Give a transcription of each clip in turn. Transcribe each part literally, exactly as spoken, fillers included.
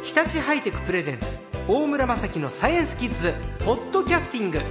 日立ハイテクプレゼンツ大村雅樹のサイエンスキッズポッドキャスティング。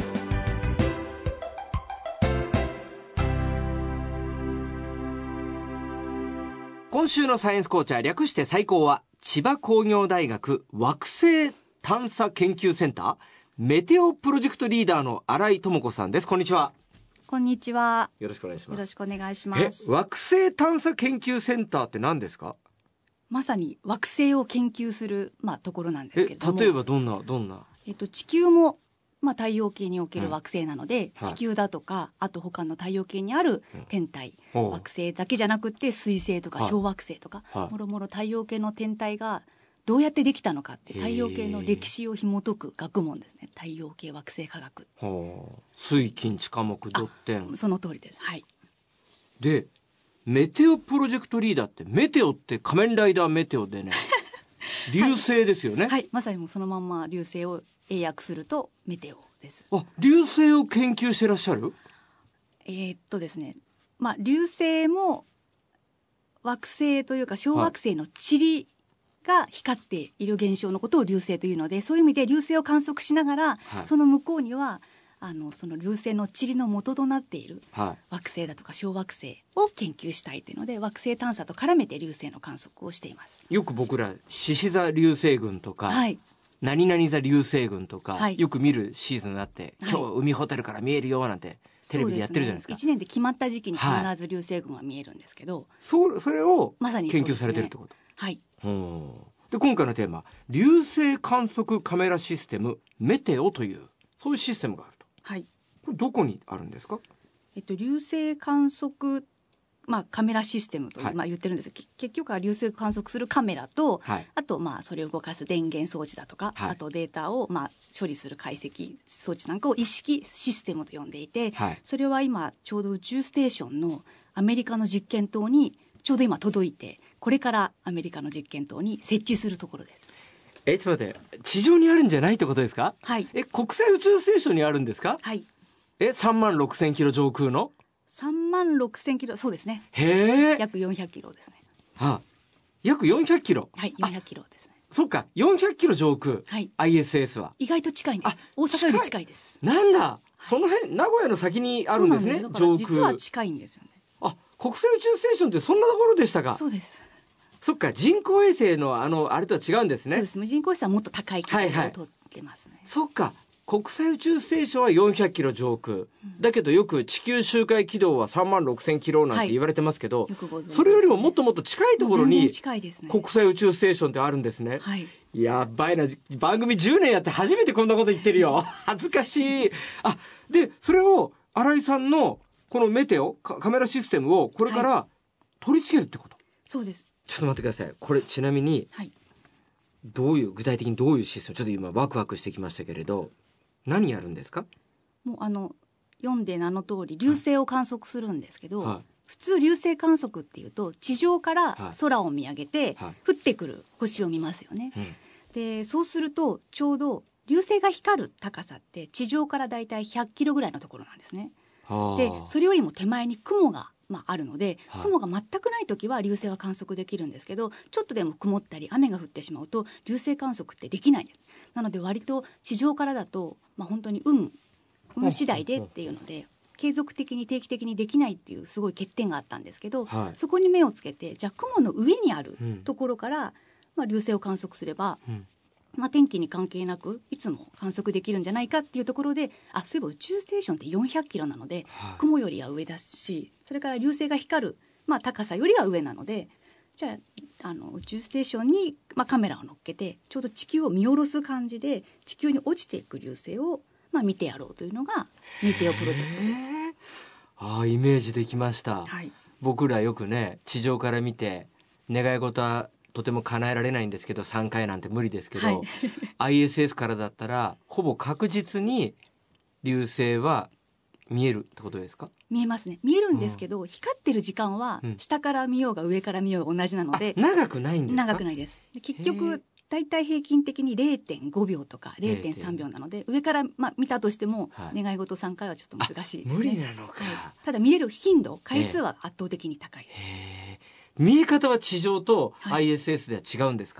今週のサイエンスコーチャー、略して最高は千葉工業大学惑星探査研究センターメテオプロジェクトリーダーの新井智子さんです。こんにちは。 こんにちは。 よろしくお願いします。 よろしくお願いします。 え、惑星探査研究センターって何ですか？ まさに惑星を研究する、まあ、ところなんですけれども、 え例えばどんなどんな、 えっと、地球も、まあ、太陽系における惑星なので、 うんはい、 地球だとかあと他の太陽系にある天体、うん、惑星だけじゃなくて水星とか小惑星とか、はい、もろもろ太陽系の天体がどうやってできたのかって太陽系の歴史を紐解く学問ですね。太陽系惑星科学。 水金地火木土天。 その通りです。はい。 でメテオプロジェクトリーダーって、メテオって仮面ライダーメテオでね流星ですよね。 はい、はい、まさにもうそのまんま流星を英訳するとメテオです。 あ、流星を研究してらっしゃる？ えー、っとですね、まあ流星も惑星というか小惑星の塵が光っている現象のことを流星というので、そういう意味で流星を観測しながら、はい、その向こうにはあのその流星の塵の元となっている惑星だとか小惑星を研究したいというので、惑星探査と絡めて流星の観測をしています。 よく僕ら獅子座流星群とか、はい、何々座流星群とか、はい、よく見るシーズンになって、はい、今日海ホテルから見えるよなんてテレビでやってるじゃないですか。 そうですね、いちねんで決まった時期に必ず流星群が見えるんですけど、はい、 そ, それをまさに研究されてるってこと？ はい。 で今回のテーマ、流星観測カメラシステムメテオという、そういうシステムがあると。はい。これどこにあるんですか？ えっと、流星観測、まあ、カメラシステムと、はい、まあ、言ってるんですけど、結局は流星観測するカメラと、はい、あとまあそれを動かす電源装置だとか、はい、あとデータをまあ処理する解析装置なんかを一式システムと呼んでいて、はい、それは今ちょうど宇宙ステーションのアメリカの実験棟にちょうど今届いて、これからアメリカの実験棟に設置するところです。 え、ちょっと待って、地上にあるんじゃないってことですか？ はい。 え、国際宇宙ステーションにあるんですか？ はい。 え、さんまんろくせんキロ上空のさんまんろくせんキロ、そうですね。 へえ。 約よんひゃくキロですね。 はあ、約よんひゃくキロ。 はい、よんひゃくキロですね。 そっか、よんひゃくキロ上空。はい。アイエスエス は意外と近いんです。あ、大阪より近いです。 なんだ、はい、その辺名古屋の先にあるんですね。 そうなんです。 上空。 実は近いんですよね。 あ、国際宇宙ステーションってそんなところでしたか？ そうです。 そっか、人工衛星のあのあれとは違うんですね。 そうです。人工衛星はもっと高い軌道を取ってますね。はいはい、 そっか。国際宇宙ステーションはよんひゃくキロ上空、うん、だけどよく地球周回軌道はさんまんろくせんキロなんて言われてますけど、はい、よくご存知ですね。それよりももっともっと近いところに国際宇宙ステーションってあるんですね。はい、やばいな、番組じゅうねんやって初めてこんなこと言ってるよ恥ずかしい。あ、でそれを新井さんのこのメテオカメラシステムをこれから取り付けるってこと？はい、そうです。ちょっと待ってください。これちなみに、はい、どういう具体的にどういうシステム、ちょっと今ワクワクしてきましたけれど、何やるんですか？もうあの読んで名の通り流星を観測するんですけど、はい、普通流星観測っていうと地上から空を見上げて、はい、降ってくる星を見ますよね。はい、でそうするとちょうど流星が光る高さって地上からだいたいひゃくキロぐらいのところなんですね。でそれよりも手前に雲がまあ、あるので、はい、雲が全くない時は流星は観測できるんですけど、ちょっとでも曇ったり雨が降ってしまうと流星観測ってできないんです。なので割と地上からだと、まあ、本当に運運次第でっていうので継続的に定期的にできないっていうすごい欠点があったんですけど、はい、そこに目をつけて、じゃあ雲の上にあるところから、うん、まあ、流星を観測すれば、うん、まあ、天気に関係なくいつも観測できるんじゃないかっていうところで、あ、そういえば宇宙ステーションってよんひゃくキロなので、はい、雲よりは上だし、それから流星が光る、まあ、高さよりは上なので、じゃあ、あの宇宙ステーションに、まあ、カメラを乗っけてちょうど地球を見下ろす感じで地球に落ちていく流星を、まあ、見てやろうというのがメテオプロジェクトです。 ああ、イメージできました。はい、僕らよくね、地上から見て願い事はとても叶えられないんですけどさんかいなんて無理ですけど、はい、アイエスエス からだったらほぼ確実に流星は見えるってことですか？ 見えますね。見えるんですけど、うん、光ってる時間は下から見ようが上から見ようが同じなので、 長くないんですか？ 長くないです。で結局だいたい平均的に れいてんごびょうとか れいてんさんびょうなので、上から、まあ、見たとしても願い事さんかいはちょっと難しいですね。 無理なのか、 はい、ただ見れる頻度回数は圧倒的に高いです。 へー、見え方は地上と アイエスエス では違うんですか？はい、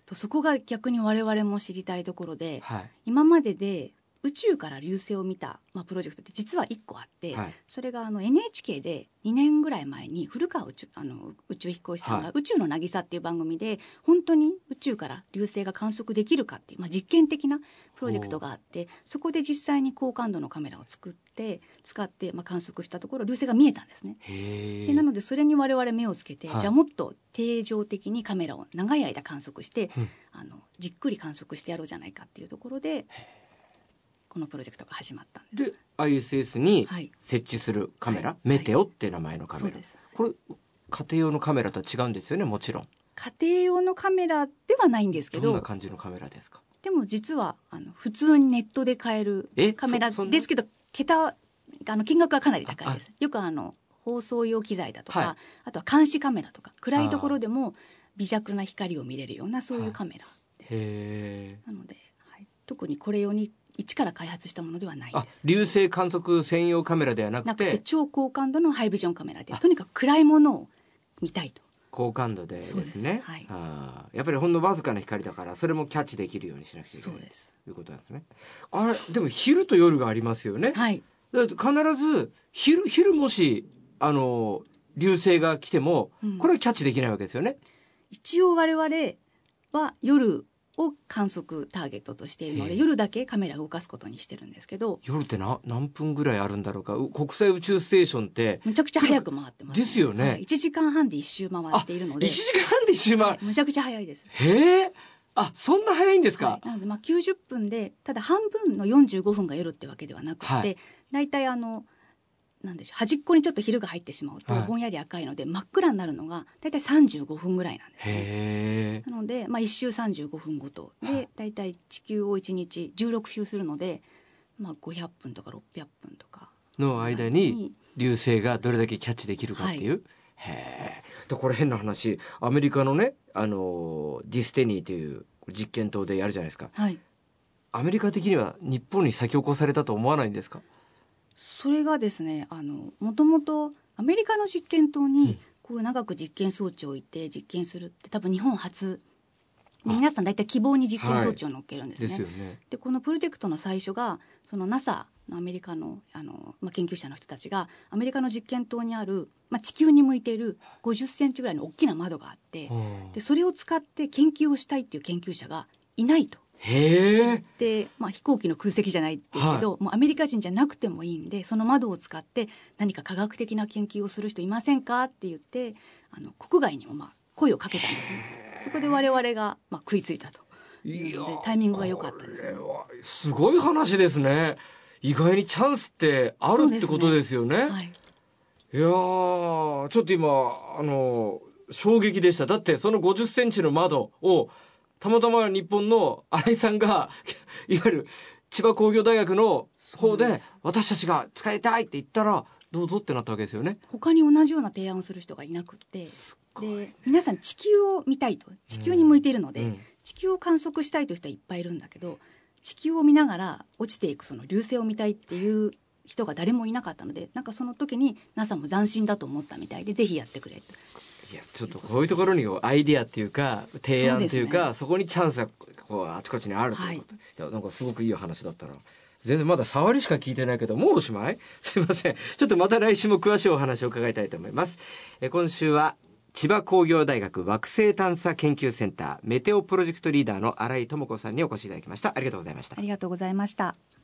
そこが逆に我々も知りたいところで、はい、今までで宇宙から流星を見た、まあ、プロジェクトって実はいっこあって、はい、それがあの エヌエイチケー でにねんぐらい前に古川宇宙あの宇宙飛行士さんが宇宙の渚っていう番組で本当に宇宙から流星が観測できるかっていう、まあ、実験的なプロジェクトがあって、そこで実際に高感度のカメラを作って使って、まあ、観測したところ流星が見えたんですね。でなのでそれに我々目をつけて、はい、じゃあもっと定常的にカメラを長い間観測して、うん、あのじっくり観測してやろうじゃないかっていうところでこのプロジェクトが始まったんです。 で アイエスエス に設置するカメラ、はい、メテオっていう名前のカメラ、はい、これ家庭用のカメラとは違うんですよね。もちろん家庭用のカメラではないんですけど、 どんな感じのカメラですか？ でも実はあの普通にネットで買えるカメラですけど、桁あの金額はかなり高いです。よくあの放送用機材だとか、はい、あとは監視カメラとか暗いところでも微弱な光を見れるようなそういうカメラです。へー。なので、はい、特にこれ用に一から開発したものではないです。 あ、流星観測専用カメラではなくて、 なくて超高感度のハイビジョンカメラで、とにかく暗いものを見たいと。 高感度でですね。 そうです、はい、 あ、やっぱりほんのわずかな光だからそれもキャッチできるようにしなくちゃいけない。そうです。ということですね。あれでも昼と夜がありますよね。 はい。 だから必ず昼昼もしあの流星が来ても、うん、これはキャッチできないわけですよね。 一応我々は夜を観測ターゲットとしているので、夜だけカメラを動かすことにしてるんですけど、 夜ってな何分ぐらいあるんだろうか。国際宇宙ステーションってむちゃくちゃ早く回ってます、 ね、ですよね、はい、 いちじかんはんで一周回っているので。 いちじかんはんで一周回る、はい、 むちゃくちゃ早いです。 へえ。あ、そんな早いんですか？ はい、なのでまあきゅうじゅっぷんで、ただ半分のよんじゅうごふんが夜ってわけではなくて、はい、だいたいあのなんでしょう、端っこにちょっと昼が入ってしまうとぼんやり赤いので、はい、真っ暗になるのがだいたいさんじゅうごふんぐらいなんですね。 へー。 なので、まあ、いっ周さんじゅうごふんごとでだいたい地球をいちにちじゅうろく周するので、まあ、ごひゃっぷんとかろっぴゃっぷんとかの間に流星がどれだけキャッチできるかっていう、はい、へー。でこれ変な話、アメリカのね、あのディスティニーという実験棟でやるじゃないですか、はい、アメリカ的には日本に先を越されたと思わないんですか？ それがですね、あのもともとアメリカの実験棟にこう長く実験装置を置いて実験するって多分日本初で、皆さん大体希望に実験装置を乗っけるんですね。はい、ですよね。でこのプロジェクトの最初がその ナサ のアメリカの、あの、まあ、研究者の人たちがアメリカの実験棟にある、まあ、地球に向いているごじゅっセンチぐらいの大きな窓があって、でそれを使って研究をしたいっていう研究者がいないと。 へで、まあ、飛行機の空席じゃないですけど、はい、もうアメリカ人じゃなくてもいいんで、その窓を使って何か科学的な研究をする人いませんかって言って、あの国外にもまあ声をかけたんですね。そこで我々がまあ食いついたというので、タイミングが良かったですね。 これはすごい話ですね。意外にチャンスってあるってことですよね。はい、いやー、ちょっと今あの衝撃でした。だってそのごじゅっセンチの窓をたまたま日本の新井さんがいわゆる千葉工業大学の方で私たちが使いたいって言ったらどうぞってなったわけですよね。 他に同じような提案をする人がいなくて、で皆さん地球を見たいと、地球に向いているので、うん、地球を観測したいという人はいっぱいいるんだけど、地球を見ながら落ちていくその流星を見たいっていう人が誰もいなかったので、なんかその時に ナサ も斬新だと思ったみたいで、ぜひやってくれと。 いや、ちょっとこういうところにアイディアっていうか提案というか、 そうですね、そこにチャンスがこうあちこちにあるということ、はい、いやなんかすごくいい話だったな。全然まだ触りしか聞いてないけど、もうおしまい？すいません。ちょっとまた来週も詳しいお話を伺いたいと思います。え今週は千葉工業大学惑星探査研究センターメテオプロジェクトリーダーの新井智子さんにお越しいただきました。ありがとうございました。 ありがとうございました。